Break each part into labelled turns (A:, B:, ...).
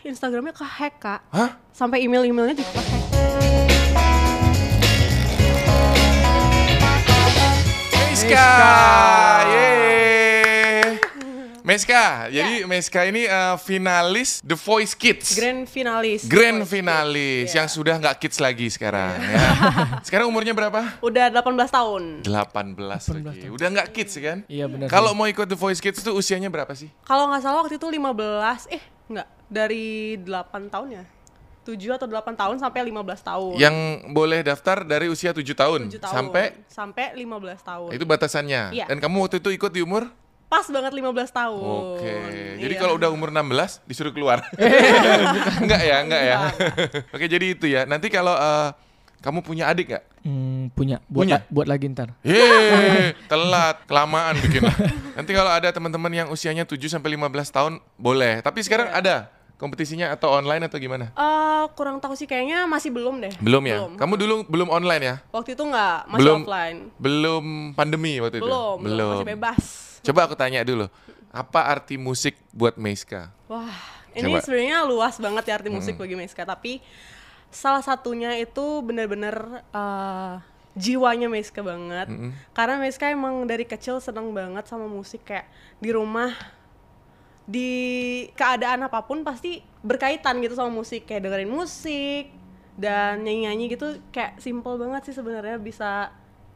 A: Instagramnya ke-hack, Kak.
B: Hah?
A: Sampai email-emailnya juga ke-hack.
B: Meiska, yeay. Meiska, jadi Meiska ini finalis The Voice Kids.
A: Grand finalis.
B: Grand finalis yang sudah nggak kids lagi sekarang. Ya. Sekarang umurnya berapa?
A: Udah 18 tahun.
B: 18 lagi. Udah nggak kids kan?
C: Iya benar.
B: Kalau mau ikut The Voice Kids tuh usianya berapa sih?
A: Kalau nggak salah waktu itu 15, dari 8 tahun ya. 7 atau 8 tahun sampai 15 tahun.
B: Yang boleh daftar dari usia 7 tahun,
A: 7 tahun.
B: sampai
A: 15 tahun.
B: itu batasannya.
A: Iya.
B: Dan kamu waktu itu ikut di umur?
A: Pas banget 15 tahun.
B: Oke. Jadi
A: Iya.
B: kalau udah umur 16 disuruh keluar. Enggak ya. Oke, jadi itu ya. Nanti kalau kamu punya adik nggak?
C: Punya.
B: Punya?
C: Buat lagi ntar.
B: Yeay, telat, kelamaan bikin. Nanti kalau ada teman-teman yang usianya 7 sampai 15 tahun boleh. Tapi sekarang ada kompetisinya atau online atau gimana?
A: Kurang tahu sih, kayaknya masih belum deh.
B: Belum ya? Kamu dulu belum online ya?
A: Waktu itu nggak, masih offline.
B: Belum pandemi waktu itu?
A: Belum, masih bebas.
B: Coba aku tanya dulu, apa arti musik buat Meiska?
A: Wah, ini
B: Coba.
A: sebenarnya luas banget ya arti musik bagi Meiska, tapi salah satunya itu benar-benar jiwanya Meiska banget. Karena Meiska emang dari kecil seneng banget sama musik, kayak di rumah, di keadaan apapun pasti berkaitan gitu sama musik, kayak dengerin musik dan nyanyi-nyanyi gitu. Kayak simple banget sih sebenarnya bisa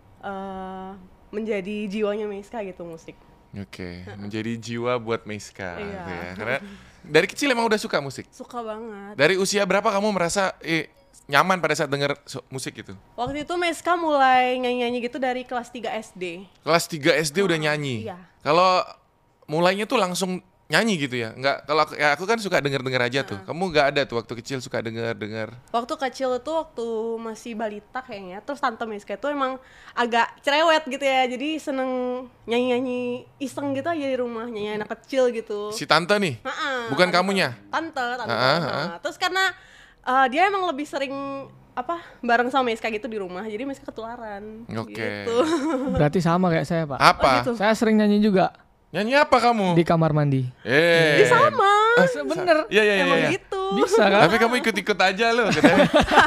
A: menjadi jiwanya Meiska gitu musik.
B: Oke, menjadi jiwa buat Meiska.
A: Iya.
B: Gitu ya. Karena dari kecil emang udah suka musik?
A: Suka banget.
B: Dari usia berapa kamu merasa nyaman pada saat denger musik itu?
A: Waktu itu Meiska mulai nyanyi-nyanyi gitu dari kelas 3 SD.
B: Kelas 3 SD udah nyanyi?
A: Iya.
B: Kalau mulainya tuh langsung nyanyi gitu ya? Enggak, kalau aku kan suka denger-denger aja tuh. Kamu nggak ada tuh waktu kecil suka denger-denger?
A: Waktu kecil itu waktu masih balita kayaknya, terus tante Meiska itu emang agak cerewet gitu ya, jadi seneng nyanyi-nyanyi iseng gitu aja di rumah, nyanyi anak kecil gitu.
B: Si tante nih? Bukan kamunya?
A: Tante. Terus karena dia emang lebih sering bareng sama Meiska gitu di rumah, jadi Meiska ketularan.
B: Oke.
A: Gitu.
C: Berarti sama kayak saya, Pak.
B: Apa?
A: gitu.
C: Saya sering nyanyi juga
B: Nyanyi apa kamu?
C: di kamar mandi.
A: Sama.
C: Bener.
B: Iya.
A: Emang gitu.
C: Bisa kan?
B: Tapi kamu ikut-ikut aja loh katanya.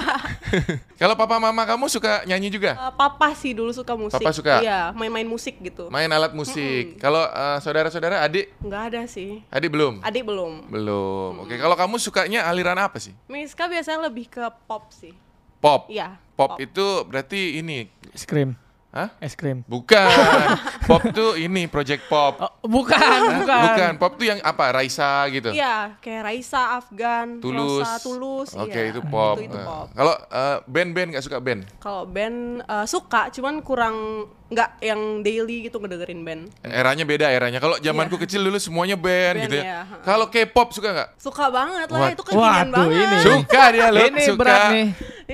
B: Kalau papa mama kamu suka nyanyi juga?
A: Papa sih dulu suka musik.
B: Papa suka?
A: Iya, main-main musik gitu.
B: Main alat musik. Kalau saudara-saudara, adik?
A: Nggak ada sih.
B: Adik belum?
A: Adik belum.
B: Belum. Oke, kalau kamu sukanya aliran apa sih?
A: Meiska biasanya lebih ke pop sih.
B: Pop.
A: Iya.
B: Pop itu berarti ini.
C: Es krim.
B: Hah?
C: Es krim.
B: Bukan. Pop tuh ini Project Pop.
C: Bukan.
B: Bukan. Pop tuh yang apa? Raisa gitu.
A: Iya, kayak Raisa, Afgan,
B: Tulus.
A: Rosa, Tulus.
B: Oke,
A: iya.
B: itu pop.
A: Itu pop.
B: Kalau band-band nggak suka band?
A: Kalau band suka, cuman kurang nggak yang daily gitu ngedengerin band.
B: Eranya beda eranya. Kalau zamanku kecil dulu semuanya band,
A: Band
B: gitu
A: ya,
B: ya.
A: ha.
B: Kalau K-pop suka nggak?
A: Suka banget lah,
B: Wah.
A: itu kekinian
C: Waduh,
A: banget.
C: ini.
B: Suka dia loh,
C: Ini
B: suka.
C: berat nih.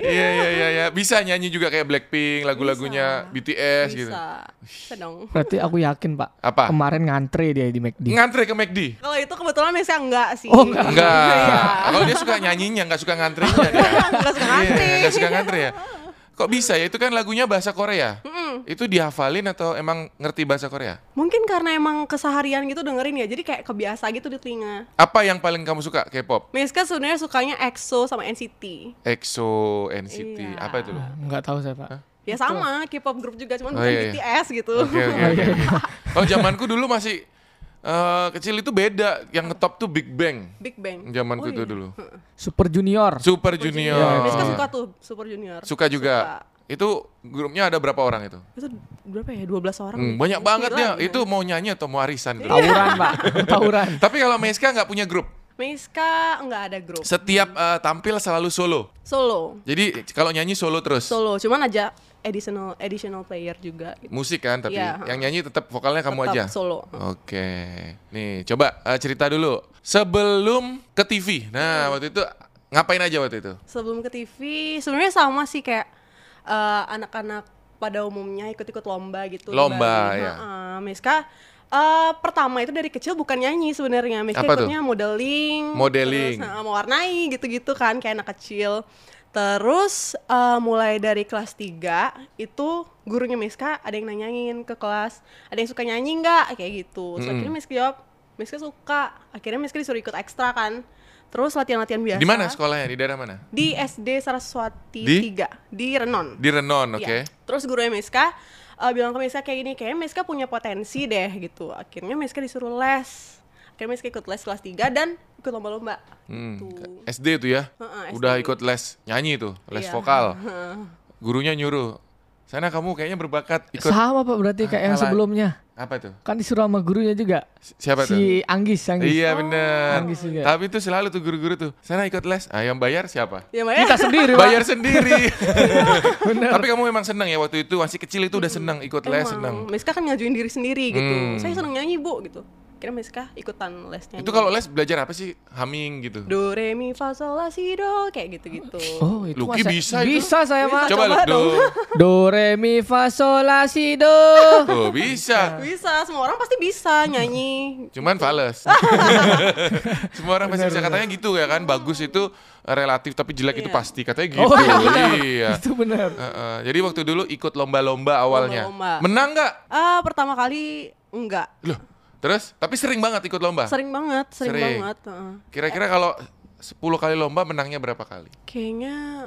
B: Iya. Bisa nyanyi juga kayak Blackpink, lagu-lagunya BTS gitu.
A: Bisa dong.
C: Berarti aku yakin, Pak.
B: Apa?
C: Kemarin ngantre dia di McD.
B: Ngantre ke McD?
A: Kalau itu kebetulan Meiska enggak sih.
C: Oh, enggak.
B: Enggak.
A: Iya.
B: Kalau dia suka nyanyinya, nggak suka ngantrinya dia.
A: Nggak suka ngantri.
B: Iya, nggak suka ngantri ya. Kok bisa ya? Itu kan lagunya bahasa Korea. Itu dihafalin atau emang ngerti bahasa Korea?
A: Mungkin karena emang keseharian gitu dengerin ya, jadi kayak kebiasa gitu di telinga.
B: Apa yang paling kamu suka K-pop?
A: Meiska sebenarnya sukanya EXO sama NCT.
B: EXO, NCT,
A: Iya.
B: apa itu loh?
C: Enggak tahu saya, Pak.
A: Ya sama, K-pop grup juga, cuman
B: Oh,
A: bukan
B: iya.
A: BTS gitu.
B: Oke. Kalau zamanku dulu masih kecil itu beda. Yang ngetop tuh Big Bang.
A: Big Bang.
B: Zamanku
A: Oh,
B: itu
A: iya.
B: dulu.
C: Super Junior.
B: Super Junior.
A: Meiska suka tuh Super Junior.
B: Suka juga. Itu grupnya ada berapa orang itu?
A: Itu berapa ya? 12 orang.
B: Banyak banget ya.
A: Gila.
B: Itu mau nyanyi atau mau arisan? grup?
C: Tawuran, Pak. Tawuran.
B: Tapi kalau Meiska nggak punya grup.
A: Meiska enggak ada grup.
B: Setiap tampil selalu solo.
A: Solo.
B: Jadi kalau nyanyi solo terus.
A: Solo, cuman aja additional player juga gitu.
B: Musik kan, tapi
A: Iya,
B: yang nyanyi tetap vokalnya kamu
A: Tetap
B: aja.
A: solo.
B: Oke. Nih, coba cerita dulu. Sebelum ke TV. Nah, waktu itu ngapain aja waktu itu?
A: Sebelum ke TV, sebenarnya sama sih kayak anak-anak pada umumnya ikut-ikut lomba gitu.
B: Lomba,
A: Bali.
B: ya.
A: Meiska pertama itu dari kecil bukan nyanyi sebenarnya. Meiska
B: Apa tuh?
A: ikutnya modeling.
B: Modeling.
A: Terus mewarnai gitu-gitu kan kayak anak kecil. Terus mulai dari kelas 3 itu gurunya Meiska ada yang nanyain ke kelas, ada yang suka nyanyi nggak kayak gitu. Terus akhirnya Meiska jawab, Meiska suka. Akhirnya Meiska disuruh ikut ekstra kan. Terus latihan-latihan biasa.
B: Di mana sekolahnya? Di daerah mana?
A: Di SD Saraswati
B: Di?
A: 3 di Renon.
B: Di Renon, oke.
A: Iya. Terus gurunya Miska bilang ke Miska kayak gini, kayaknya Miska punya potensi deh gitu. Akhirnya Miska disuruh les. Akhirnya Miska ikut les kelas 3 dan ikut lomba-lomba. Gitu.
B: SD tuh ya?
A: SD.
B: Udah ikut les nyanyi tuh, les
A: Iya.
B: vokal. Gurunya nyuruh, sana kamu kayaknya berbakat ikut.
C: Sama Pak berarti kayak yang
B: Alah.
C: sebelumnya.
B: Apa tuh?
C: Kan disuruh sama gurunya juga.
B: Siapa tuh?
C: Si Anggis.
B: Iya bener.
C: Anggis juga.
B: Tapi tuh selalu tuh guru-guru tuh, sana ikut les. Ah, yang bayar siapa?
A: Ya Maya.
C: Kita sendiri Pak.
B: Bayar sendiri. Tapi kamu memang senang ya waktu itu, masih kecil itu udah senang ikut les, senang.
A: Miska kan ngajuin diri sendiri gitu. Saya seneng nyanyi bu gitu. Kira Miska ikutan les nyanyi.
B: Itu kalau les belajar apa sih? Humming gitu.
A: Do re mi fa sol la si do kayak gitu-gitu.
C: Oh, itu
B: Lucky
C: masa-
B: bisa itu?
C: Bisa saya Pak.
B: Coba lu do.
C: Do re mi fa sol la si do.
B: Oh, bisa.
A: Bisa, semua orang pasti bisa nyanyi.
B: Cuman fales. Semua orang pasti bisa katanya gitu ya kan. Bagus itu relatif tapi jelek itu
A: Iya.
B: pasti katanya gitu.
C: Oh, iya benar.
B: Iya.
C: Itu benar.
B: Jadi waktu dulu ikut lomba-lomba awalnya.
A: Lomba-lomba.
B: Menang nggak?
A: Pertama kali enggak.
B: Loh, terus? Tapi sering banget ikut lomba?
A: Sering banget, sering
B: Sering.
A: banget.
B: Kira-kira kalau 10 kali lomba menangnya berapa kali?
A: Kayaknya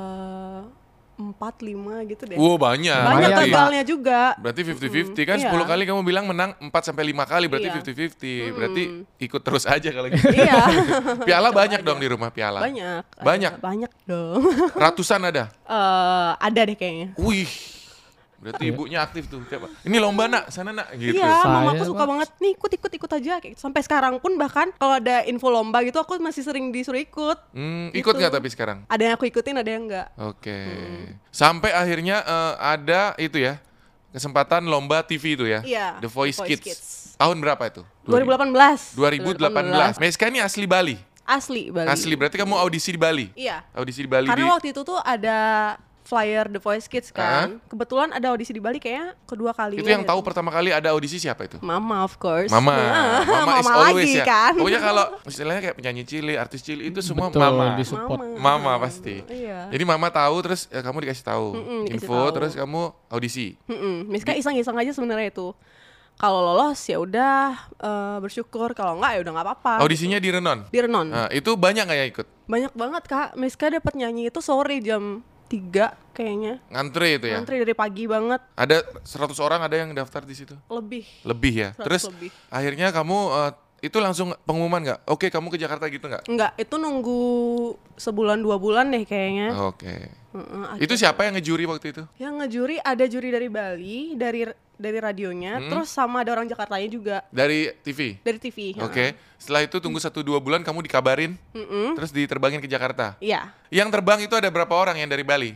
A: 4, 5 gitu deh.
B: Wow, banyak.
A: Banyak
C: Lumayan, Pak.
A: gagalnya juga.
B: Berarti 50-50 kan,
A: Iya.
B: 10 kali kamu bilang menang 4-5 kali, berarti
A: Iya.
B: 50-50. Berarti ikut terus aja kalau gitu.
A: Iya.
B: Piala banyak dong di rumah, piala.
A: Banyak.
B: Banyak?
A: Banyak dong.
B: Ratusan ada?
A: Ada deh kayaknya.
B: Wih, berarti ibunya aktif tuh. Tiap, ini lomba nak, sana nak, gitu.
A: Iya,
C: Saya,
A: mamaku suka
C: Pak.
A: banget. Nih ikut aja. Kayak sampai sekarang pun bahkan kalau ada info lomba gitu aku masih sering disuruh ikut.
B: Ikut
A: Gitu.
B: nggak tapi sekarang?
A: Ada yang aku ikutin, ada yang enggak.
B: Oke. Sampai akhirnya ada itu ya, kesempatan lomba TV itu ya?
A: Iya,
B: The Voice
A: The Voice
B: Kids.
A: Kids.
B: Tahun berapa itu?
A: 2018.
B: 2018. Meska ini asli Bali?
A: Asli Bali.
B: Asli, berarti kamu audisi di Bali?
A: Iya.
B: Audisi di Bali
A: Karena
B: di...
A: waktu itu tuh ada flyer The Voice Kids kan. Kebetulan ada audisi di Bali kayaknya kedua kalinya.
B: Itu yang
A: gitu.
B: tahu pertama kali ada audisi siapa itu?
A: Mama of course.
B: Mama, Mama is always
A: lagi
B: ya.
A: kan.
B: Pokoknya kalau istilahnya kayak penyanyi cilik, artis cilik itu semua
C: Betul,
B: Mama.
C: disupport.
B: Mama pasti.
A: Iya.
B: Jadi Mama tahu terus kamu dikasih tahu
A: dikasih
B: info
A: tahu.
B: terus kamu audisi.
A: Miska iseng-iseng aja sebenarnya itu. Kalau lolos ya udah bersyukur, kalau enggak ya udah nggak apa-apa.
B: Audisinya di Renon.
A: Di Renon.
B: Nah, itu banyak nggak yang ikut?
A: Banyak banget Kak. Miska dapat nyanyi itu sore jam 3 kayaknya.
B: Ngantre itu ya.
A: Antri dari pagi banget,
B: Ada 100 orang ada yang daftar di situ.
A: lebih.
B: Lebih ya.
A: 100
B: Terus
A: lebih.
B: akhirnya kamu itu langsung pengumuman nggak? Oke, kamu ke Jakarta gitu nggak?
A: Enggak, itu nunggu sebulan 2 bulan deh kayaknya.
B: Oke.
A: Heeh,
B: Itu siapa yang ngejuri waktu itu?
A: yang ngejuri ada juri dari Bali, dari radionya, terus sama ada orang Jakartanya juga
B: Dari TV.
A: dari TV.
B: Oke. Setelah itu tunggu 1-2 bulan kamu dikabarin, terus diterbangin ke Jakarta.
A: Iya.
B: Yang terbang itu ada berapa orang yang dari Bali?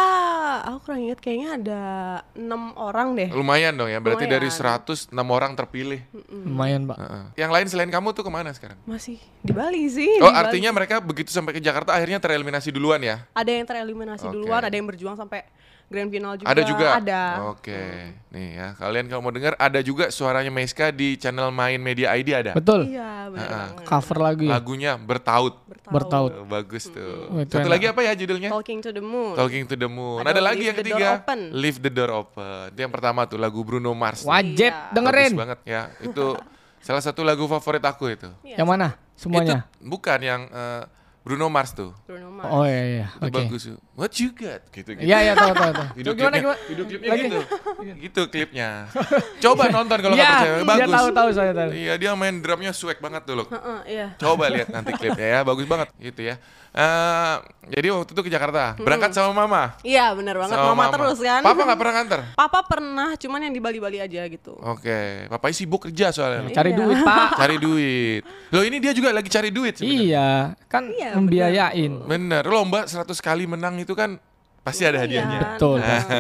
A: Aku kurang ingat, kayaknya ada 6 orang deh.
B: Lumayan dong ya, berarti dari
A: Lumayan.
B: 100 6 orang terpilih.
C: Lumayan Pak.
B: Heeh. Yang lain selain kamu tuh kemana sekarang?
A: Masih di Bali sih.
B: Oh,
A: di Bali.
B: artinya mereka begitu sampai ke Jakarta akhirnya tereliminasi duluan ya?
A: Ada yang tereliminasi
B: Oke.
A: duluan, ada yang berjuang sampai grand final juga.
B: Ada juga?
A: Ada.
B: Oke. Nih ya, kalian kalau mau dengar ada juga suaranya Meska di channel Main Media ID ada.
C: Betul.
A: Iya, benar banget.
C: Cover lagu ya.
B: Lagunya Bertaut.
C: Bertaut.
B: Oh, bagus tuh.
C: Oh, itu
B: Satu
C: enak.
B: lagi apa ya judulnya?
A: Talking to the Moon.
B: Talking to the Moon.
A: Ada
B: Ada lagi
A: Leave
B: yang
A: the Door
B: ketiga.
A: Open.
B: Leave the Door Open. Itu yang pertama tuh lagu Bruno Mars.
C: Wajib
A: Iya.
C: dengerin.
B: Bagus banget ya. Itu salah satu lagu favorit aku itu.
A: Iya,
C: Yang mana? Semuanya.
B: Itu bukan yang Bruno Mars tuh.
A: Bruno Mars.
C: Oh iya iya.
B: Itu
C: Oke.
B: bagus tuh. What you got? Gitu-gitu.
C: Iya iya tahu tahu tahu.
B: Video
C: Gimana
B: klipnya,
C: gimana?
B: video klipnya
C: Lagi?
B: gitu. Gitu klipnya. Coba nonton kalau nggak
C: Iya,
B: percaya.
C: iya
B: Bagus.
C: tahu saya tahu.
B: Iya, dia main drumnya swag banget tuh loh.
A: Iya.
B: Coba lihat nanti klipnya ya, bagus banget gitu ya. Jadi waktu itu ke Jakarta, berangkat sama mama.
A: Iya, benar banget.
B: Sama
A: Mama terus kan.
B: Papa nggak pernah nganter?
A: Papa pernah, cuman yang di Bali-Bali aja gitu.
B: Oke, papa sibuk kerja soalnya.
C: Cari
A: Iya.
C: duit Pak.
B: Cari duit. Loh ini dia juga lagi cari duit sebenarnya.
C: Iya, kan
A: Iya,
C: membiayain.
B: Bener, lomba 100 kali menang itu kan pasti ada hadiahnya.
C: Betul.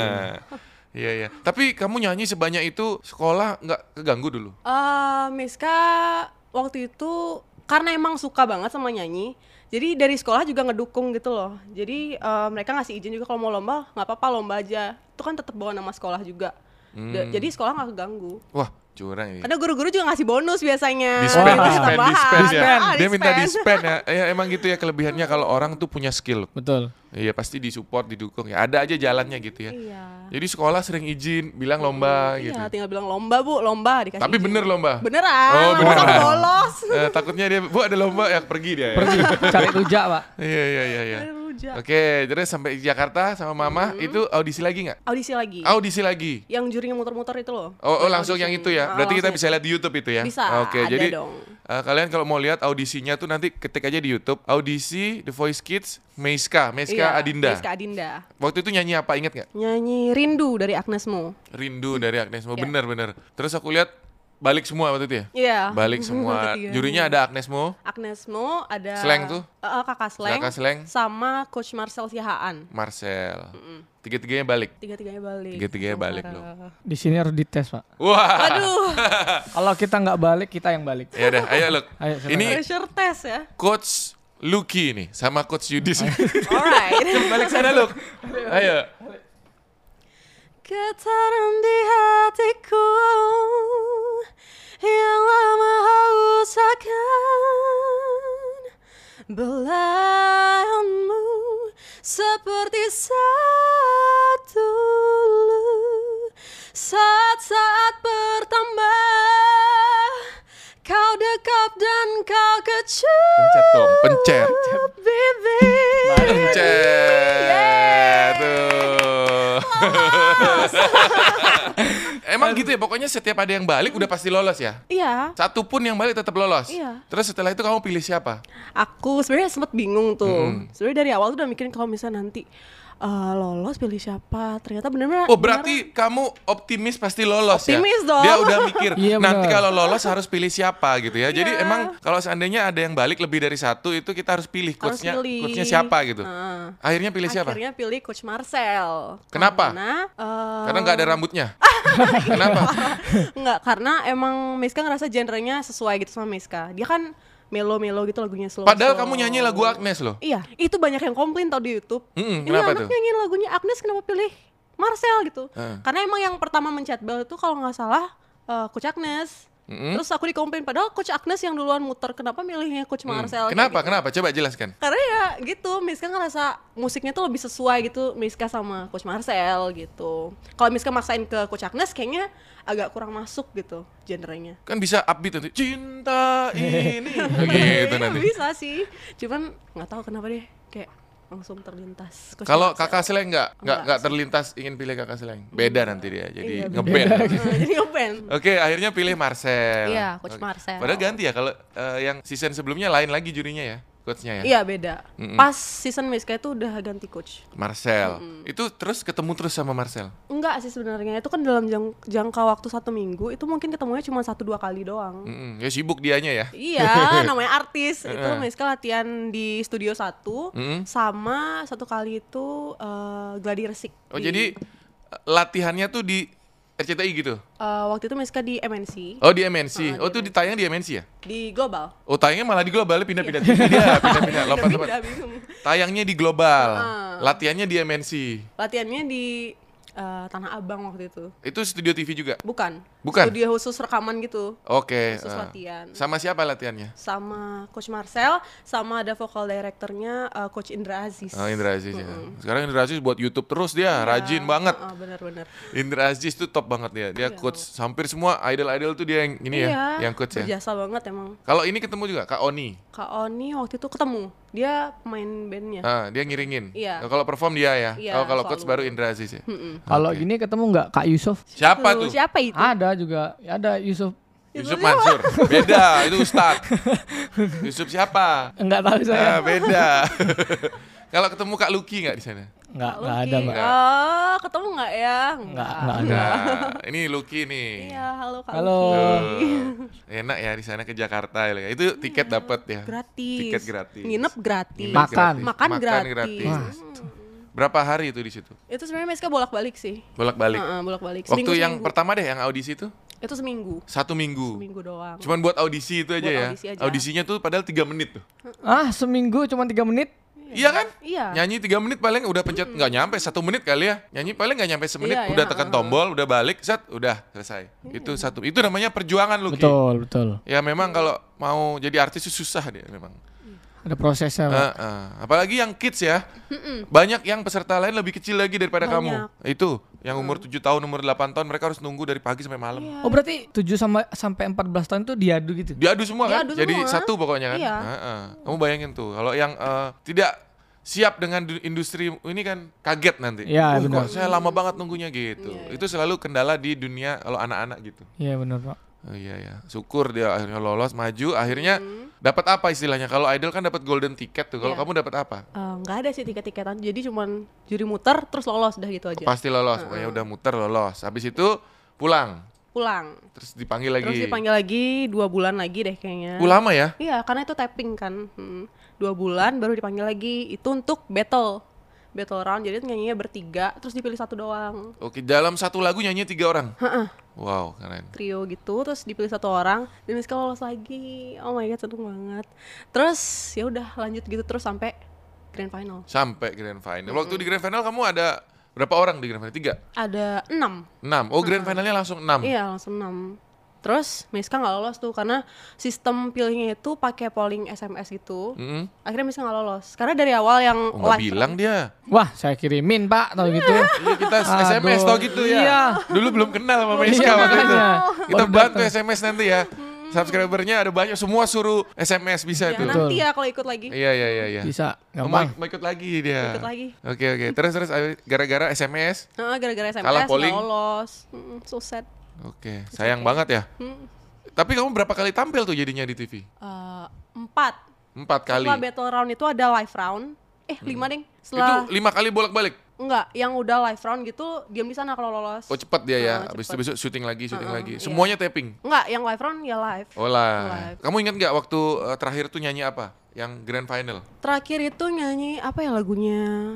B: Iya iya. Tapi kamu nyanyi sebanyak itu sekolah nggak keganggu dulu?
A: Miska waktu itu karena emang suka banget sama nyanyi, jadi dari sekolah juga ngedukung gitu loh. Jadi mereka ngasih izin juga kalau mau lomba nggak apa-apa, lomba aja. Itu kan tetap bawa nama sekolah juga. Jadi sekolah nggak keganggu.
B: Wah, Curang ya.
A: Karena guru-guru juga ngasih bonus biasanya.
B: Dispen
A: Itu
B: ya.
A: tambahan.
B: Dia minta dispen ya. Ya emang gitu ya kelebihannya kalau orang tuh punya skill.
C: Betul.
B: Iya pasti disupport, didukung ya. Ada aja jalannya gitu ya.
A: Iya.
B: Jadi sekolah sering izin, bilang lomba gitu.
A: Iya, tinggal bilang lomba Bu, lomba dikasih.
B: Tapi
A: izin.
B: bener lomba?
A: Beneran.
B: Oh,
A: Masa
B: beneran.
A: aku bolos.
B: Takutnya dia, Bu ada lomba ya pergi dia ya.
C: Pergi cari rujak, Pak.
B: Iya.
A: Aduh, rujak.
B: Oke, terus sampai Jakarta sama Mama itu audisi lagi nggak?
A: Audisi lagi.
B: Audisi lagi.
A: Yang jurinya muter-muter itu loh.
B: Oh, langsung yang itu ya. Berarti kita bisa
A: langsung.
B: lihat di YouTube itu ya.
A: Bisa,
B: Oke,
A: ada
B: jadi
A: dong.
B: kalian kalau mau lihat audisinya tuh nanti ketik aja di YouTube. Audisi The Voice Kids Meiska
A: Iya,
B: Adinda.
A: Meiska Adinda.
B: Waktu itu nyanyi apa inget nggak?
A: Nyanyi Rindu dari Agnesmo.
B: Rindu dari Agnes Mo.
A: Iya.
B: Bener. Terus aku lihat balik semua waktu itu ya.
A: Iya.
B: Balik semua.
A: Ketiganya.
B: Jurinya ada Agnes Mo,
A: Agnesmo, ada
B: Sleng tuh?
A: Kakak Sleng,
B: Kakak Sleng.
A: sama Coach Marcel Sihaan.
B: Marcel. Tiga-tiganya balik.
A: Tiga-tiganya balik.
B: Tiga-tiganya balik
A: Parah.
B: loh.
C: Di sini harus dites, Pak.
B: Wah.
A: Aduh,
C: Kalau kita nggak balik, kita yang balik.
B: Ya udah, ayo look.
C: Ayo, silakan.
B: Ini
A: pressure test ya.
B: Coach Lucky nih sama Coach Yudis.
A: Alright.
B: Balik sana look. Ayo.
A: Getaran di hatiku yang lama haus akan belayanmu seperti saat dulu, saat-saat pertama kau dekap dan kau kecup
B: Pencet dong, pencet.
A: bibir.
B: Pencet. Tuh. Emang gitu ya, pokoknya setiap ada yang balik udah pasti lolos ya?
A: Iya.
B: Satu pun yang balik tetap lolos?
A: Iya.
B: Terus setelah itu kamu pilih siapa?
A: Aku sebenarnya sempat bingung tuh. Sebenarnya dari awal tuh udah mikirin kalau misalnya nanti lolos pilih siapa. Ternyata benar-benar.
B: Oh berarti kamu optimis pasti lolos
A: Optimis
B: ya?
A: dong.
B: Dia udah mikir,
C: Iya,
B: nanti
C: benar.
B: kalau lolos harus pilih siapa gitu ya. Jadi
A: Iya.
B: emang kalau seandainya ada yang balik lebih dari satu, itu kita harus pilih
A: Harus
B: coachnya,
A: pilih.
B: coachnya siapa gitu.
A: Heeh.
B: Akhirnya pilih siapa?
A: Akhirnya pilih Coach Marcel.
B: Kenapa? Karena nggak ada rambutnya. Kenapa?
A: Enggak, karena emang Miska ngerasa genrenya sesuai gitu sama Miska. Dia kan melo-melo gitu lagunya slow.
B: Padahal kamu nyanyi lagu Agnes loh.
A: Iya, itu banyak yang komplain tau di YouTube. Ini
B: kenapa
A: anak
B: tuh?
A: nyanyi lagunya Agnes kenapa pilih Marcel gitu.
B: Heeh.
A: Karena emang yang pertama mencet bel itu kalau nggak salah Coach Agnes. Terus aku dikomplain padahal Coach Agnes yang duluan muter, kenapa milihnya Coach Marcel? kayak
B: Kenapa?
A: gitu.
B: Kenapa? Coba jelaskan.
A: Karena ya gitu, Miska ngerasa musiknya tuh lebih sesuai gitu Miska sama Coach Marcel gitu. Kalau Miska maksain ke Coach Agnes kayaknya agak kurang masuk gitu genrenya.
B: Kan bisa upbeat nanti. Cinta ini. gitu nanti.
A: Bisa sih, cuman nggak tahu kenapa deh kayak langsung terlintas. Coach
B: Kalau
A: Marcel.
B: Kakak Seleng nggak
A: Enggak.
B: terlintas ingin pilih Kakak Seleng. Beda nanti dia. Jadi
A: Iya,
B: ngeband.
A: Jadi ngeband.
B: Oke, akhirnya pilih Marcel.
A: Iya, Coach
B: Oke.
A: Marcel.
B: Padahal ganti ya kalau yang season sebelumnya lain lagi jurinya ya, coachnya ya.
A: Iya beda. Pas season Miska itu udah ganti coach.
B: Marcel. Itu terus ketemu terus sama Marcel.
A: Enggak sih sebenarnya, itu kan dalam jangka waktu 1 minggu itu mungkin ketemunya cuma 1-2 kali doang.
B: Ya sibuk dianya ya.
A: Iya, namanya artis. Itu Miska latihan di studio 1 sama 1 kali itu gladi resik.
B: Oh jadi latihannya tuh di RCTI gitu.
A: Waktu itu Miska di MNC,
B: Oh di MNC. Oh tuh ditayang di MNC ya?
A: di Global.
B: Oh tayangnya malah di global, pindah-pindah TV dia, pindah-pindah, lompat-lompat.
A: Udah bingung.
B: Tayangnya di global, latihannya di MNC.
A: Latihannya di Tanah Abang waktu itu.
B: Itu studio TV juga?
A: Bukan.
B: Bukan?
A: Studio khusus rekaman gitu.
B: Oke.
A: Khusus latihan.
B: Sama siapa latihannya?
A: Sama Coach Marcel, sama ada vokal directornya Coach Indra Aziz.
B: Oh Indra Aziz ya. Sekarang Indra Aziz buat YouTube terus dia, rajin banget.
A: Bener-bener.
B: Indra Aziz tuh top banget dia. Dia coach hampir semua idol-idol tuh dia yang ini ya, yang coach ya.
A: Berjasa banget emang.
B: Kalau ini ketemu juga Kak Oni.
A: Kak Oni waktu itu ketemu. Dia pemain bandnya.
B: Dia ngiringin.
A: Iya.
B: Kalau perform dia ya.
A: Iya,
B: Oh kalau coach
A: selalu.
B: baru Indra Aziz ya.
C: Kalau gini ketemu nggak Kak Yusuf?
B: Siapa tuh?
A: Siapa itu?
C: Ada juga, ada Yusuf.
B: Yusuf Mansur. Beda, itu Ustadz. Yusuf siapa?
C: Enggak tahu saya.
B: Beda. Kalau ketemu Kak Lucky nggak di sana?
C: Enggak
A: Lucky.
C: ada, Mbak.
A: Ketemu nggak ya?
C: Enggak ada.
B: Nah, ini Lucky nih.
A: Iya, halo Kak
C: Halo.
A: Lucky.
B: Enak ya di sana ke Jakarta ya. Itu tiket dapat ya.
A: Gratis.
B: Tiket gratis.
A: Nginep gratis.
B: Nginep
C: Makan.
B: gratis.
A: Makan gratis.
C: Wah.
B: Berapa hari itu di situ?
A: Itu sebenarnya Miska bolak-balik sih.
B: Bolak-balik.
A: Bolak-balik.
B: Waktu yang
A: Seminggu.
B: pertama deh yang audisi tuh
A: Itu seminggu.
B: 1 minggu.
A: Seminggu doang.
B: Cuman buat audisi itu aja
A: Buat
B: ya.
A: audisi aja.
B: Audisinya tuh padahal 3 menit tuh.
C: Seminggu cuma 3 menit.
B: Iya kan?
A: Iya.
B: Nyanyi 3 menit paling udah pencet, nggak nyampe 1 menit kali ya. Nyanyi paling nggak nyampe semenit,
A: Iya,
B: udah
A: iya,
B: tekan tombol, udah balik, set, udah selesai. Itu satu, itu namanya perjuangan lu, Ki.
C: Betul, betul.
B: Ya memang kalau mau jadi artis itu susah dia memang.
C: Ada prosesnya, Pak.
B: Apalagi yang kids ya. Banyak yang peserta lain lebih kecil lagi daripada kamu. Itu, yang umur 7 tahun, umur 8 tahun mereka harus nunggu dari pagi sampai malam.
C: Oh, berarti 7 sampai 14 tahun itu diadu gitu.
B: Diadu semua kan?
A: Diadu
B: Jadi
A: semua.
B: satu pokoknya kan?
A: Iya.
B: Kamu bayangin tuh, kalau yang tidak siap dengan industri ini kan kaget nanti.
C: Iya,
B: Kok
C: benar.
B: saya lama banget nunggunya gitu. Itu selalu kendala di dunia kalau anak-anak gitu.
C: Iya, benar, Pak.
B: Oh iya ya, syukur dia akhirnya lolos, maju, akhirnya dapat apa istilahnya? Kalau idol kan dapat golden ticket tuh. Kalau
A: Iya.
B: kamu dapat apa?
A: Nggak ada sih tiket-tiketan, jadi cuman juri muter terus lolos udah gitu aja.
B: Pasti lolos, pokoknya udah muter lolos. Habis itu pulang,
A: Pulang.
B: terus dipanggil lagi.
A: Terus dipanggil lagi 2 bulan lagi deh kayaknya.
B: Lama ya?
A: Iya, karena itu tapping kan. 2 bulan baru dipanggil lagi. Itu untuk battle round. Jadi nyanyinya bertiga, terus dipilih satu doang.
B: Oke, dalam satu lagu nyanyi 3 orang. Wow, keren.
A: Trio gitu, terus dipilih satu orang. Dan Miska lolos lagi. Oh my god, seneng banget. Terus ya udah lanjut gitu terus sampai grand final.
B: Sampai grand final. Waktu di grand final kamu ada berapa orang di grand final? 3?
A: Ada 6.
B: 6. Oh, grand finalnya langsung 6.
A: Iya, langsung 6. Terus Miska nggak lolos tuh karena sistem pilihnya itu pakai polling SMS gitu. Akhirnya Miska nggak lolos karena dari awal yang
B: Oh, nggak
A: live
B: bilang dia.
C: Wah, saya kirimin, Pak, tau gitu.
B: Iya, kita SMS tau gitu ya.
C: Iya.
B: Dulu belum kenal sama Miska
C: Iya,
B: waktu itu.
C: makanya.
B: Kita
C: Baru
B: bantu
C: datang.
B: SMS nanti ya. Subscribernya ada banyak, semua suruh SMS bisa
A: ya,
B: tuh.
A: nanti ya kalau ikut lagi.
B: Iya.
C: Bisa,
B: Oh,
C: gampang.
B: mau ikut lagi dia.
A: Ikut lagi.
B: Oke. Terus gara-gara SMS.
A: Gara-gara SMS
B: Kalah
A: nggak
B: polling.
A: lolos. So sad.
B: Oke, sayang banget ya. Tapi kamu berapa kali tampil tuh jadinya di TV?
A: 4.
B: 4 kali.
A: Setelah battle round itu ada live round. 5 deng. Setelah
B: Itu 5 kali bolak-balik.
A: enggak, yang udah live round gitu diam di sana kalau lolos.
B: Oh, cepet dia ya.
A: Cepet.
B: Habis itu besok syuting lagi.
A: Iya.
B: Semuanya taping.
A: Enggak, yang live round ya live.
B: Oh lah.
A: Live.
B: Kamu ingat nggak waktu terakhir tuh nyanyi apa? Yang grand final.
A: Terakhir itu nyanyi apa ya lagunya?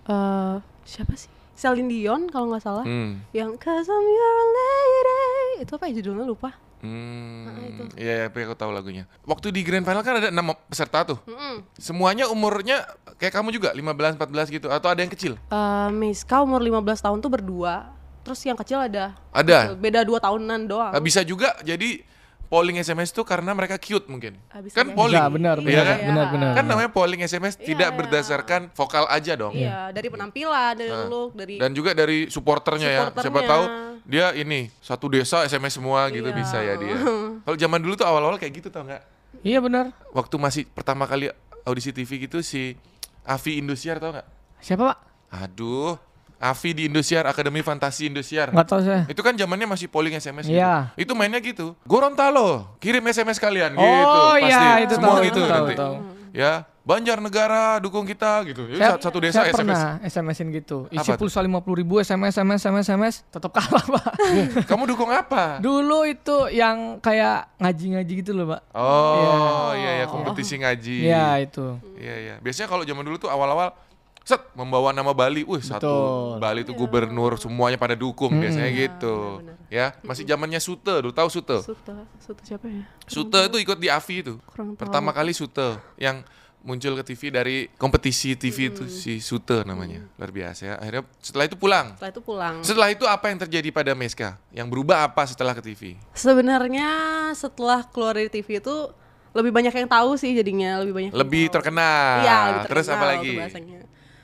A: Siapa sih? Celine Dion kalau nggak salah. Yang 'Cause I'm Your Lady. Itu apa ya judulnya lupa. itu.
B: Iya, tapi aku tahu lagunya. Waktu di grand final kan ada 6 peserta tuh. Semuanya umurnya kayak kamu juga 15, 14 gitu atau ada yang kecil?
A: Miska umur 15 tahun tuh berdua. Terus yang kecil ada.
B: Ada.
A: Beda 2 tahunan doang.
B: Bisa juga jadi polling SMS tuh karena mereka cute mungkin.
A: Bisa
B: Kan
A: jadi.
B: polling.
C: Bisa, benar,
B: Iya kan?
C: benar.
B: Kan namanya polling SMS tidak
A: iya.
B: berdasarkan vokal aja dong.
A: Iya, dari penampilan, dari look, dari
B: Dan juga dari supporternya ya. Siapa
A: Supporternya.
B: tahu dia ini satu desa SMS semua gitu
A: Iya.
B: bisa ya dia. Kalau zaman dulu tuh awal-awal kayak gitu tau nggak?
C: Iya, benar.
B: Waktu masih pertama kali audisi TV gitu si Avi Indosiar tau nggak?
C: Siapa, Pak?
B: Aduh, Avi di Indosiar, Akademi Fantasi Indosiar.
C: Nggak tahu saya.
B: Itu kan zamannya masih polling SMS gitu.
C: Iya.
B: Itu mainnya gitu. Gorontalo, kirim SMS kalian gitu.
C: Oh,
B: Pasti.
C: iya, itu
B: semua
C: tahu,
B: gitu
C: tahu,
B: nanti.
C: tahu.
B: Ya, Banjarnegara dukung kita gitu. Jadi satu desa
C: saya
B: SMS.
C: pernah SMS-in gitu. Isi
B: Apa tuh?
C: pulsa 50.000 SMS, tetap kalah, Pak.
B: Kamu dukung apa?
C: Dulu itu yang kayak ngaji-ngaji gitu loh, Pak.
B: Oh, iya kompetisi ngaji.
C: Iya, itu.
B: Iya. Biasanya kalau zaman dulu tuh awal-awal membawa nama Bali. Wih, satu
C: Betul.
B: Bali itu gubernur semuanya pada dukung biasanya gitu.
A: benar.
B: Ya, masih zamannya Sute, dulu tahu Sute?
A: Sute siapa ya?
B: Sute itu ikut di AVI itu.
A: Kurang tahu.
B: Pertama kali Sute yang muncul ke TV dari kompetisi TV itu si Sute namanya. Luar biasa ya. Akhirnya setelah itu pulang.
A: Setelah itu pulang.
B: Setelah itu apa yang terjadi pada Meska? Yang berubah apa setelah ke TV?
A: Sebenarnya setelah keluar dari TV itu lebih banyak yang tahu sih jadinya, lebih banyak. yang
B: Lebih
A: tahu.
B: terkenal.
A: Iya, lebih terkenal.
B: Terus apa lagi?
A: tuh bahasanya.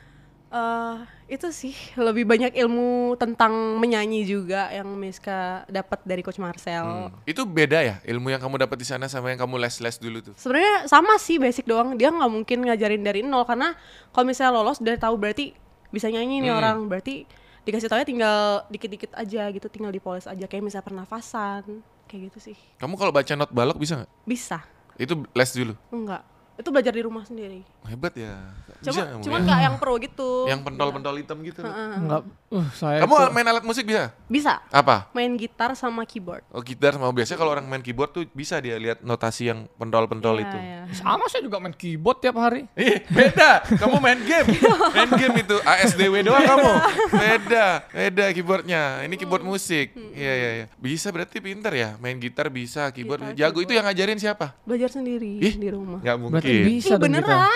A: Itu sih lebih banyak ilmu tentang menyanyi juga yang Miska dapat dari Coach Marcel.
B: Itu beda ya ilmu yang kamu dapat di sana sama yang kamu les-les dulu tuh?
A: Sebenarnya sama sih, basic doang. Dia nggak mungkin ngajarin dari nol karena kalau misalnya lolos udah tahu berarti bisa nyanyi nih orang. Berarti dikasih tahu tinggal dikit-dikit aja gitu, tinggal dipoles aja kayak misalnya pernafasan kayak gitu sih.
B: Kamu kalau baca not balok bisa nggak?
A: Bisa.
B: Itu les dulu?
A: Enggak. Itu belajar di rumah sendiri.
B: Hebat ya. Bisa kamu
A: Cuman
B: ya?
A: nggak yang pro gitu.
B: Yang pentol-pentol hitam gitu.
C: Enggak, saya
B: Kamu
C: itu-
B: main alat musik bisa?
A: Bisa.
B: Apa?
A: Main gitar sama keyboard.
B: Oh, gitar mau biasanya kalau orang main keyboard tuh bisa dia lihat notasi yang pentol-pentol
A: Iya,
B: itu.
A: iya.
C: sama saya juga main keyboard tiap hari.
B: Beda. Kamu main game. Main game itu ASDW doang kamu. Beda keyboardnya. Ini keyboard musik. Iya. Bisa berarti pinter ya. Main gitar bisa, keyboard
A: Gitar,
B: jago. Itu yang ngajarin siapa?
A: Belajar sendiri
B: Ih,
A: di rumah.
B: Nggak mungkin.
C: Berarti bisa
A: Ih,
C: dong kita.
A: beneran.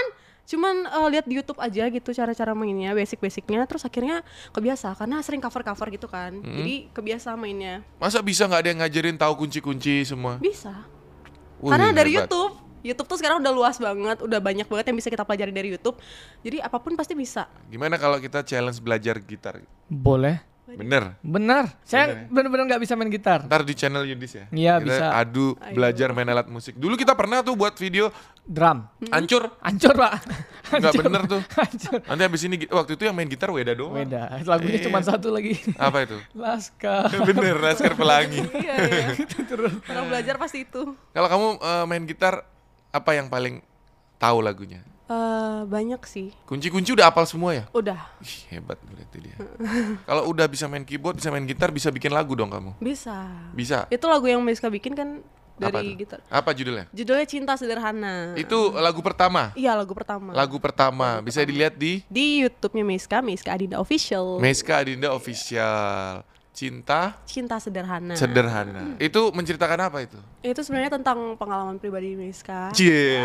A: Cuman lihat di YouTube aja gitu cara-cara mainnya, basic-basicnya, terus akhirnya kebiasa karena sering cover-cover gitu kan. Jadi kebiasa mainnya.
B: Masa bisa nggak ada yang ngajarin tahu kunci-kunci semua?
A: Bisa.
B: Wih,
A: Karena dari
B: hebat.
A: YouTube tuh sekarang udah luas banget, udah banyak banget yang bisa kita pelajari dari YouTube. Jadi apapun pasti bisa.
B: Gimana kalau kita challenge belajar gitar?
C: Boleh.
B: Bener.
C: Benar. Saya benar-benar nggak bisa main gitar.
B: Ntar di channel Yudis ya.
C: Iya,
B: Kita
C: bisa.
B: adu belajar main alat musik. Dulu kita pernah tuh buat video
C: Drum.
B: hancur.
C: Hancur, Pak.
B: Nggak bener tuh.
C: Hancur.
B: Nanti habis ini waktu itu yang main gitar Weda doang.
C: Beda. Lagunya
B: Iya.
C: cuma satu lagi.
B: Apa itu?
C: Laskar.
B: Bener, Laskar Pelangi.
A: Iya, iya. Orang belajar pasti itu.
B: Kalau kamu main gitar, apa yang paling tahu lagunya?
A: Banyak sih.
B: Kunci-kunci udah hafal semua ya?
A: Udah.
B: Ih, hebat berarti dia. Kalau udah bisa main keyboard, bisa main gitar, bisa bikin lagu dong kamu?
A: Bisa.
B: Bisa.
A: Itu lagu yang Miska bikin kan
B: Apa
A: dari
B: tuh?
A: gitar.
B: Apa judulnya?
A: Judulnya Cinta Sederhana.
B: Itu lagu pertama.
A: Iya, lagu pertama.
B: Lagu pertama bisa dilihat di
A: Di YouTube-nya Miska Adinda Official.
B: Meska Adinda Official. Cinta
A: Cinta Sederhana.
B: Sederhana. Itu menceritakan apa itu?
A: Itu sebenarnya tentang pengalaman pribadi Miska.
B: Cie.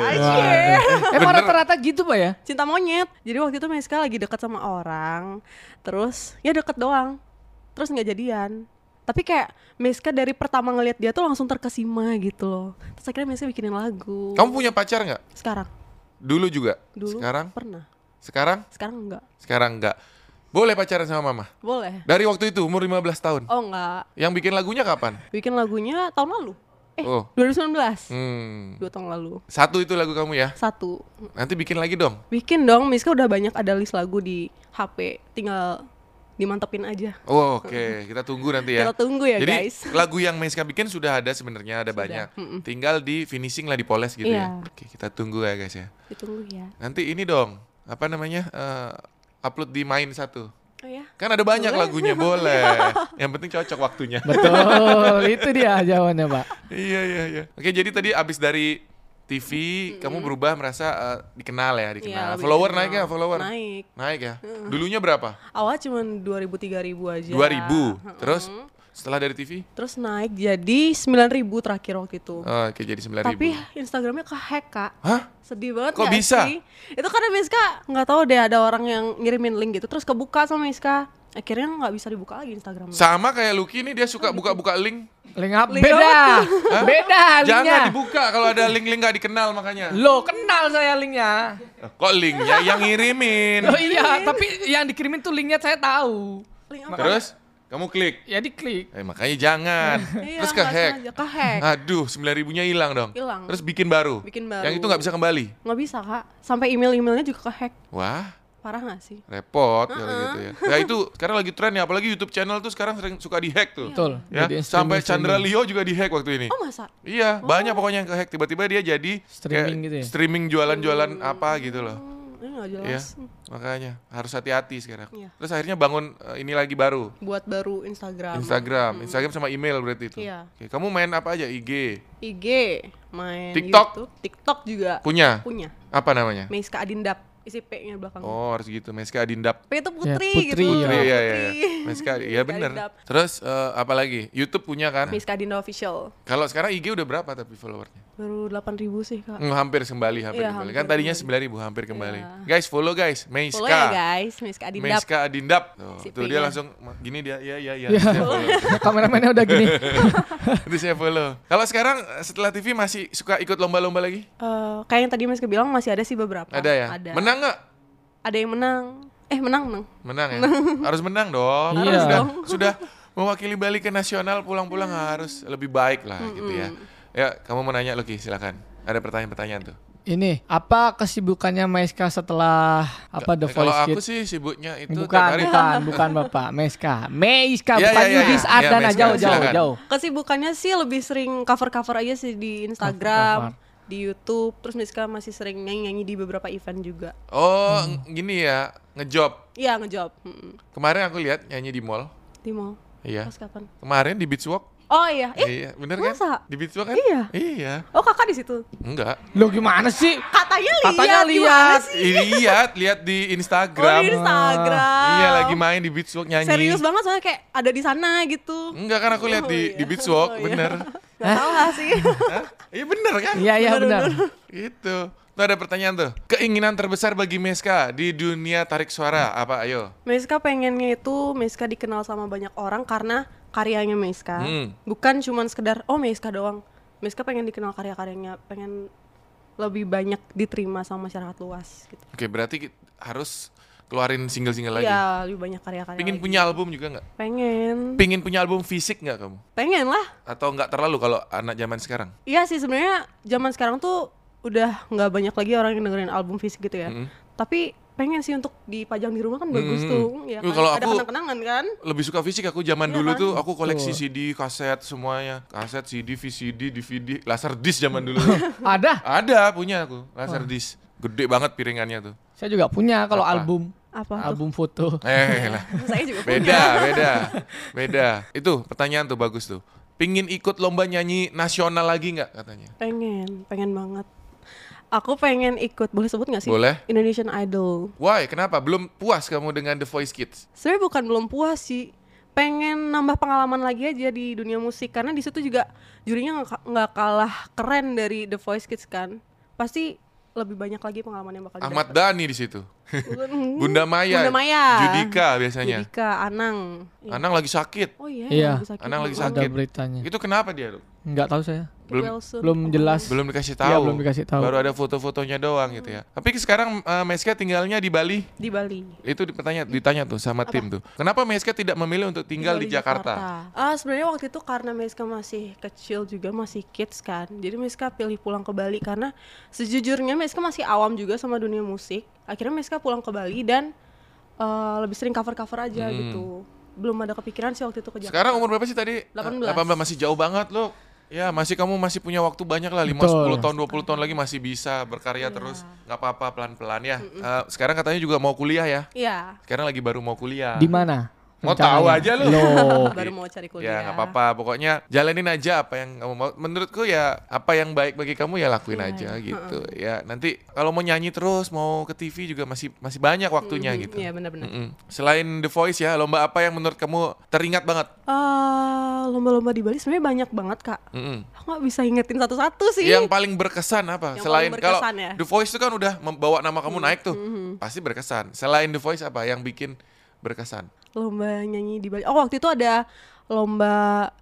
C: Emang rata-rata gitu, Pak ya?
A: Cinta monyet. Jadi waktu itu Miska lagi deket sama orang, terus ya deket doang, terus nggak jadian. Tapi kayak Miska dari pertama ngeliat dia tuh langsung terkesima gitu loh. Terus akhirnya Miska bikinin lagu.
B: Kamu punya pacar nggak?
A: Sekarang?
B: Dulu juga.
A: Dulu?
B: Sekarang?
A: Pernah.
B: Sekarang?
A: Sekarang enggak.
B: Sekarang enggak. Boleh pacaran sama mama?
A: Boleh.
B: Dari waktu itu umur 15 tahun.
A: Oh enggak.
B: Yang bikin lagunya kapan?
A: Bikin lagunya tahun lalu.
B: Oh.
A: 2019. 2 tahun lalu.
B: Satu itu lagu kamu ya?
A: 1.
B: Nanti bikin lagi dong.
A: Bikin dong, Miska udah banyak ada list lagu di HP. Tinggal dimantepin aja.
B: Oh, oke. Kita tunggu nanti ya.
A: Kita tunggu ya,
B: Jadi,
A: guys.
B: lagu yang Meska bikin sudah ada sebenarnya, ada banyak. Tinggal di finishing lah, dipoles gitu ya.
A: Iya.
B: Oke, kita tunggu ya guys ya.
A: Ditunggu ya.
B: Nanti ini dong, apa namanya? Upload di Main satu.
A: Oh ya.
B: Kan ada banyak lagunya, boleh. Yang penting cocok waktunya.
C: Betul, itu dia jawabannya, Pak.
B: Iya. Oke, jadi tadi abis dari TV, kamu berubah merasa dikenal ya, dikenal.
A: Iya,
B: Follower
A: lebih
B: naik ya,
A: dikenal.
B: follower?
A: Naik.
B: Ya? Dulunya berapa?
A: Awal cuma 2.000-3.000 aja.
B: 2.000. Terus setelah dari TV?
A: Terus naik jadi 9.000 terakhir waktu itu.
B: Oh, oke, jadi 9.000.
A: Tapi Instagramnya kehack, Kak.
B: Hah?
A: Sedih banget
B: Kok
A: nggak
B: bisa?
A: sih? Itu karena Miska nggak tahu deh, ada orang yang ngirimin link gitu terus kebuka sama Miska. Akhirnya nggak bisa dibuka lagi Instagramnya.
B: Sama kayak Lucky nih, dia suka buka-buka link.
C: Link apa?
A: Link
C: Beda.
B: Hah?
C: Beda linknya.
B: Jangan dibuka kalau ada link-link gak dikenal makanya.
C: Loh, kenal saya linknya.
B: Kok linknya yang ngirimin?
C: Oh iya, tapi yang dikirimin tuh linknya saya tahu.
A: Link apa?
B: Terus kamu klik.
C: Ya diklik.
B: Makanya jangan.
A: Iya,
B: Terus
A: nggak
B: ke-hack.
A: sengaja, kehack.
B: Aduh, 9.000-nya hilang dong.
A: Hilang.
B: Terus bikin baru.
A: Bikin baru.
B: Yang itu nggak bisa kembali.
A: Nggak bisa, Kak. Sampai emailnya juga kehack.
B: Wah,
A: Parah nggak sih?
B: repot kalau gitu ya. Ya itu sekarang lagi tren ya, apalagi YouTube channel tuh sekarang sering suka dihack tuh.
C: Betul.
B: Ya,
C: Jadi
B: sampai
C: streaming.
B: Chandra Leo juga dihack waktu ini.
A: Oh masa?
B: Iya, banyak pokoknya yang kehack. Tiba-tiba dia jadi
C: Streaming
B: kayak
C: gitu ya?
B: streaming jualan-jualan apa gitu loh.
A: Ini nggak
B: Iya,
A: jelas.
B: makanya harus hati-hati sekarang.
A: Iya.
B: Terus akhirnya bangun ini lagi baru.
A: Buat baru Instagram.
B: Instagram sama email berarti itu.
A: Iya.
B: Oke, kamu main apa aja? IG,
A: IG, main
B: TikTok?
A: YouTube, TikTok juga
B: punya?
A: punya.
B: Apa namanya?
A: Miska Adindap, isi P-nya belakang.
B: Oh, harus gitu. Meska Adindap.
A: P itu putri,
C: Putri,
A: gitu.
C: ya.
B: Putri, iya.
A: Putri.
B: Meska, iya bener.
A: Adindap.
B: Terus apa lagi? YouTube punya kan?
A: Miska Adinda Official.
B: Kalau sekarang IG udah berapa tapi followernya?
A: Baru 8.000 sih, Kak.
B: Hampir kembali, hampir
A: Iya,
B: kembali.
A: hampir
B: Kan tadinya
A: kembali.
B: 9.000, hampir kembali.
A: Iya.
B: Guys, follow guys. Meska.
A: Follow ya, guys. Miska Adindap.
B: Meska Adindap. Tuh,
A: Si
B: tuh dia
A: P-nya.
B: langsung gini dia. Iya.
C: Iya.
B: Saya follow.
C: Kameramennya udah gini.
B: Itu saya follow. Kalau sekarang setelah TV masih suka ikut lomba-lomba lagi?
A: Kayak yang tadi Miska bilang masih ada sih beberapa.
B: Ada ya?
A: Ada.
B: Menang nggak?
A: Ada yang menang. Menang.
B: Menang ya? Harus menang dong.
C: Iya.
B: Karena sudah mewakili Bali ke nasional, pulang-pulang harus lebih baik lah gitu ya. Ya, kamu mau nanya Lucky, silakan. Ada pertanyaan-pertanyaan tuh.
C: Ini, apa kesibukannya Meska setelah The
B: Kalau
C: Voice
B: aku
C: Kids?
B: sih sibuknya itu
C: Bukan,
B: tiap hari.
C: bukan Bapak, Meska,
B: Iya,
C: bukan
B: iya,
C: Yudis
B: iya.
C: Ardana,
B: Meska, silakan.
C: jauh.
A: Kesibukannya sih lebih sering cover-cover aja sih di Instagram,
C: Cover-cover.
A: di YouTube. Terus Miska masih sering nyanyi-nyanyi di beberapa event juga.
B: Oh, gini ya, ngejob.
A: Iya, ngejob.
B: Kemarin aku lihat nyanyi di mall.
A: Di mall.
B: Iya.
A: Pas kapan?
B: Kemarin di Beach Walk.
A: Oh iya.
B: Iya, bener kan?
A: masa?
B: Di Beach Walk kan?
A: Iya.
B: Iya.
A: Oh, Kakak di situ.
B: Enggak.
C: Lo gimana sih?
A: Katanya
C: Katanya
A: gimana
C: lihat.
A: sih?
B: Lihat di
A: Oh,
B: Instagram.
A: di Instagram.
B: Iya, lagi main di Beach Walk nyanyi.
A: Serius banget soalnya kayak ada di sana gitu.
B: Enggak kan aku lihat di
A: iya.
B: Beach Walk,
A: Oh, iya.
B: bener.
A: Gak tau lah sih.
B: Hah? Iya bener kan?
C: Iya, benar.
B: Gitu. Tuh ada pertanyaan tuh. Keinginan terbesar bagi Meska di dunia tarik suara apa? Ayo.
A: Meska pengennya itu Meska dikenal sama banyak orang karena karyanya Meska. Bukan cuman sekedar Meska doang. Meska pengen dikenal karya-karyanya, pengen lebih banyak diterima sama masyarakat luas gitu.
B: Oke, berarti harus keluarin single-single lagi.
A: Iya, lebih banyak karya-karya.
B: Pingin
A: lagi.
B: punya album juga nggak?
A: Pengen.
B: Pingin punya album fisik nggak kamu?
A: Pengen lah.
B: Atau nggak terlalu kalau anak zaman sekarang?
A: Iya sih sebenarnya zaman sekarang tuh udah nggak banyak lagi orang yang dengerin album fisik gitu ya. Tapi pengen sih untuk dipajang di rumah kan bagus tuh. Ya kan?
B: Kalau
A: ada
B: aku
A: kenang-kenangan kan.
B: lebih suka fisik. Aku zaman
A: Iya
B: dulu
A: kan?
B: tuh aku koleksi CD, kaset semuanya. Kaset, CD, VCD, DVD, Laserdisc zaman dulu.
C: Ada.
B: Ada punya aku Laserdisc. Gede banget piringannya tuh.
C: Saya juga punya kalau
B: Apa?
C: album.
A: Apa tuh?
C: Album foto.
B: Lah.
A: Saya juga
B: Beda,
A: punya.
B: beda. Itu pertanyaan tuh bagus tuh. Pingin ikut lomba nyanyi nasional lagi nggak katanya?
A: Pengen banget. Aku pengen ikut, boleh sebut gak sih?
B: Boleh.
A: Indonesian Idol.
B: Why? Kenapa? Belum puas kamu dengan The Voice Kids?
A: Sebenarnya bukan belum puas sih, pengen nambah pengalaman lagi aja di dunia musik karena di situ juga jurinya nggak kalah keren dari The Voice Kids kan. Pasti lebih banyak lagi pengalaman yang bakal
B: Ahmad
A: didapat.
B: Dhani di situ.
A: Hmm,
B: Bunda Maya.
A: Bunda Maya.
B: Judika biasanya.
A: Judika, Anang. Iya.
B: Anang lagi sakit.
A: Oh iya,
C: Iya.
A: lagi sakit.
B: Anang lagi
C: Ada
B: sakit.
C: beritanya.
B: Itu kenapa dia tuh?
C: Nggak tahu saya.
B: Belum
C: Belum jelas.
B: belum dikasih
C: Iya,
B: tahu.
C: belum dikasih tahu.
B: Baru ada foto-fotonya doang gitu ya. Tapi sekarang Meska tinggalnya di Bali.
A: Di Bali.
B: Itu ditanya tuh sama tim tuh. Kenapa Meska tidak memilih untuk tinggal di Jakarta?
A: Sebenarnya waktu itu karena Meska masih kecil juga, masih kids kan. Jadi Meska pilih pulang ke Bali karena sejujurnya Meska masih awam juga sama dunia musik. Akhirnya Meska pulang ke Bali dan lebih sering cover-cover aja gitu. Belum ada kepikiran sih waktu itu ke Jakarta.
B: Sekarang umur berapa sih tadi?
A: 18.
B: 18 masih jauh banget loh. Ya kamu masih punya waktu banyak lah, 5,
C: Betul.
B: 10 tahun, 20 tahun lagi masih bisa berkarya terus. Gak apa-apa, pelan-pelan ya. Sekarang katanya juga mau kuliah ya.
A: Iya.
B: Sekarang lagi baru mau kuliah.
C: Di mana?
B: Mau tahu aja lu.
C: Loh.
A: Baru mau cari
B: Ya
A: kuliah.
B: nggak apa-apa, pokoknya jalanin aja apa yang kamu mau. Menurutku ya apa yang baik bagi kamu ya lakuin aja gitu. Ya nanti kalau mau nyanyi terus, mau ke TV juga masih banyak waktunya gitu.
A: Iya benar-benar.
B: Selain The Voice ya, lomba apa yang menurut kamu teringat banget?
A: Lomba-lomba di Bali sebenarnya banyak banget kak. Aku nggak bisa ingetin satu-satu sih.
B: Yang paling berkesan apa?
A: Yang
B: Selain
A: paling
B: kalau
A: berkesan ya?
B: The Voice itu kan udah membawa nama kamu naik tuh, pasti berkesan. Selain The Voice apa yang bikin berkesan?
A: Lomba nyanyi di Bali. Waktu itu ada lomba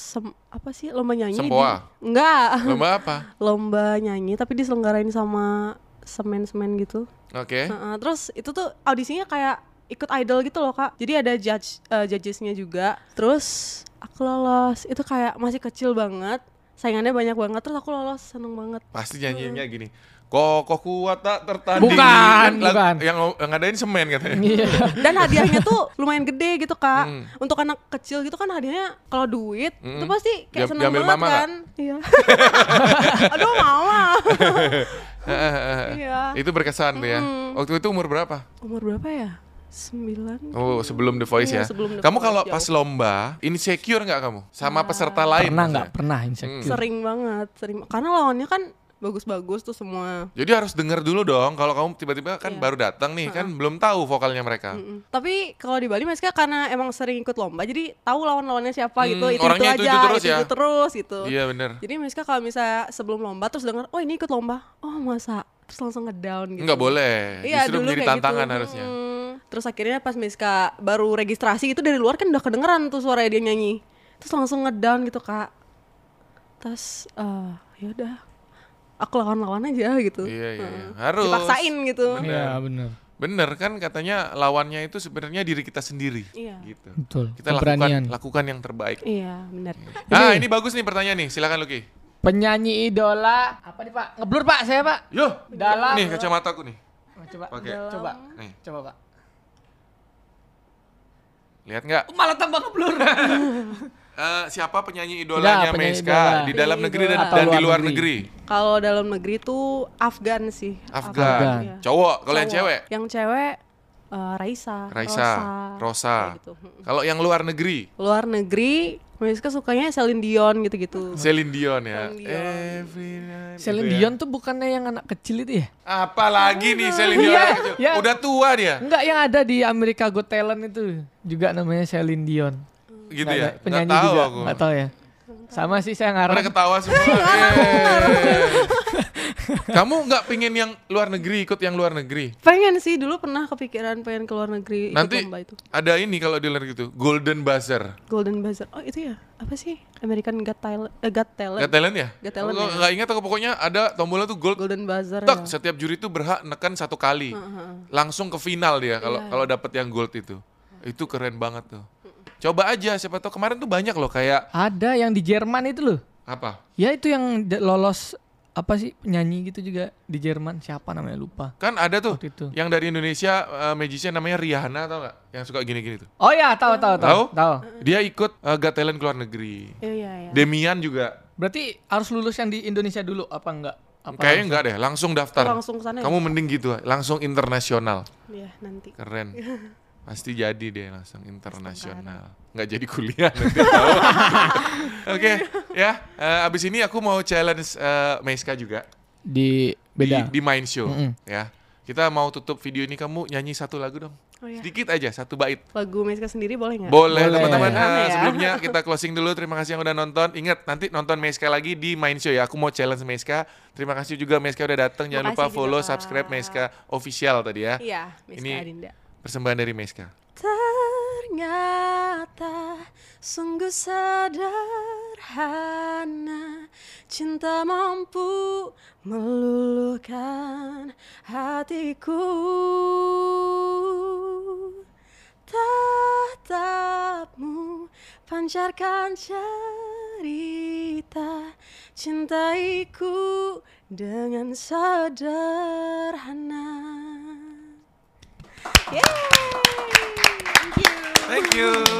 A: apa sih? Lomba nyanyi
B: Sempoa?
A: Enggak.
B: Lomba apa?
A: Lomba nyanyi tapi diselenggarain sama semen-semen gitu.
B: Oke.
A: Terus itu tuh audisinya kayak ikut idol gitu loh kak. Jadi ada judgesnya juga. Terus aku lolos. Itu kayak masih kecil banget. Saingannya banyak banget. Terus aku lolos, seneng banget.
B: Pasti nyanyinya gini. Kokoh kuat tak tertanding.
C: Bukan,
B: Kan
C: bukan.
B: Yang ngadain semen katanya.
C: Iya.
A: Dan hadiahnya tuh lumayan gede gitu kak. Untuk anak kecil gitu kan hadiahnya kalau duit itu pasti kayak seneng
B: Diambil
A: banget
B: mama
A: kan. Iya. Aduh mama. Iya.
B: Itu berkesan tuh ya. Waktu itu umur berapa?
A: Umur berapa ya? 9.
B: Oh, sebelum The Voice
A: Iya,
B: ya.
A: sebelum The
B: Kamu
A: Voice,
B: kalau
A: jauh.
B: pas lomba, insecure nggak kamu sama peserta lain?
C: Pernah
B: maksudnya?
C: nggak? Pernah insecure.
A: Sering banget, karena lawannya kan bagus-bagus tuh semua.
B: Jadi harus denger dulu dong. Kalau kamu tiba-tiba kan baru datang nih, kan belum tahu vokalnya mereka.
A: Tapi kalau di Bali Meska karena emang sering ikut lomba, jadi tahu lawan-lawannya siapa gitu.
B: Orangnya itu
A: aja,
B: terus ya?
A: itu terus gitu.
B: Iya bener.
A: Jadi Meska kalau misalnya sebelum lomba terus denger, oh ini ikut lomba, oh masa, terus langsung ngedown gitu.
B: Nggak boleh.
A: Iya,
B: Justru
A: dulu
B: menjadi
A: kayak
B: tantangan
A: gitu.
B: harusnya.
A: Terus akhirnya pas Meska baru registrasi itu dari luar kan udah kedengeran tuh suara dia nyanyi. Terus langsung ngedown gitu kak. Terus ya udah, aku lawan aja gitu.
B: Iya. Harus.
A: Dipaksain gitu.
C: Iya benar.
B: Bener kan katanya lawannya itu sebenarnya diri kita sendiri.
A: Iya.
B: Gitu.
C: Betul.
B: Kita lakukan yang terbaik.
A: Iya benar.
B: Ini bagus nih pertanyaan nih. Silakan Luki.
C: Penyanyi idola apa nih Pak? Ngeblur Pak saya Pak.
B: Yo.
C: Dalam.
B: Nih kacamataku nih.
C: Coba.
B: Pakai.
C: Coba.
B: Nih.
C: Coba Pak.
B: Lihat nggak?
C: Malah tambah ngeblur.
B: Siapa penyanyi idolanya
C: penyanyi
B: Meska
C: idola.
B: di dalam negeri dan,
C: Atau
B: dan di
C: luar
B: luar
C: negeri?
B: negeri?
A: Kalau dalam negeri tuh Afgan sih.
B: Afgan.
A: Iya.
B: Cowok. Kalau yang
A: Cowok.
B: cewek?
A: Yang cewek Raisa.
B: Rosa.
A: Kayak gitu.
B: Kalau yang luar negeri?
A: Luar negeri, Meska sukanya Celine Dion gitu-gitu.
B: Celine Dion ya.
A: Celine Dion.
B: Every night.
C: Celine
B: Gitu ya.
C: Dion tuh bukannya yang anak kecil itu ya?
B: Apalagi nih Celine Dion
C: Iya,
B: anak kecil.
C: iya.
B: Udah tua dia.
C: Enggak, yang ada di America Got Talent itu juga namanya Celine Dion.
B: Gitu
C: Nggak
B: ya.
C: ada, penyanyi
B: Nggak tahu
C: juga.
B: aku.
C: Nggak tahu ya. Sama sih saya
B: Pada
C: ngarang.
B: ketawa semua. Kamu nggak pingin yang luar negeri, ikut yang luar negeri?
A: Pengen sih, dulu pernah kepikiran pengen ke luar negeri ikut
B: Nanti
A: lomba itu.
B: ada ini kalau di luar gitu, Golden Buzzer.
A: Golden Buzzer. Oh itu ya? Apa sih? American Got Talent.
B: Got Talent ya?
A: Got Talent
B: Aku
A: ya?
B: nggak ingat aku, pokoknya ada tombolnya tuh gold.
A: Golden Buzzer.
B: Tak,
A: Ya.
B: setiap juri tuh berhak neken 1 kali. Langsung ke final dia kalau dapet yang gold itu. Itu keren banget tuh. Coba aja, siapa tahu kemarin tuh banyak loh kayak
C: Ada yang di Jerman itu loh.
B: apa?
C: Ya itu yang lolos apa sih penyanyi gitu juga di Jerman, siapa namanya lupa.
B: Kan ada tuh
C: Waktu itu.
B: yang dari Indonesia magician namanya Rihanna, tau gak? Yang suka gini-gini tuh.
C: Oh ya, tahu.
B: Tahu? Dia ikut Got Talent ke luar negeri.
A: Iya.
B: Demian juga.
C: Berarti harus lulus yang di Indonesia dulu apa enggak?
B: Kayaknya enggak deh, langsung daftar.
A: Langsung kesana ya?
B: Kamu mending gitu, langsung internasional.
A: Iya, nanti.
B: Keren. Pasti jadi deh langsung internasional. Nggak jadi kuliah nanti tahu. Oke, ya. Abis ini aku mau challenge Meiska juga
C: Di beda.
B: di Mind Show, ya. Kita mau tutup video ini, kamu nyanyi 1 lagu dong.
A: Oh, iya.
B: Sedikit aja, 1 bait.
A: Lagu Meiska sendiri boleh nggak?
B: Boleh,
C: Boleh.
B: teman-teman.
A: Rame ya.
B: Sebelumnya kita closing dulu. Terima kasih yang udah nonton. Ingat, nanti nonton Meiska lagi di Mind Show ya. Aku mau challenge Meiska. Terima kasih juga Meiska udah datang. Jangan lupa
A: Makasih juga,
B: follow,
A: Kak.
B: subscribe Meiska Official tadi ya.
A: Iya, Meiska
B: Ini
A: Adinda.
B: persembahan dari Meiska.
A: Ternyata sungguh sederhana, cinta mampu meluluhkan hatiku. Tatapmu pancarkan cerita, cintaiku dengan sederhana. Yay! Thank you.
B: Thank you.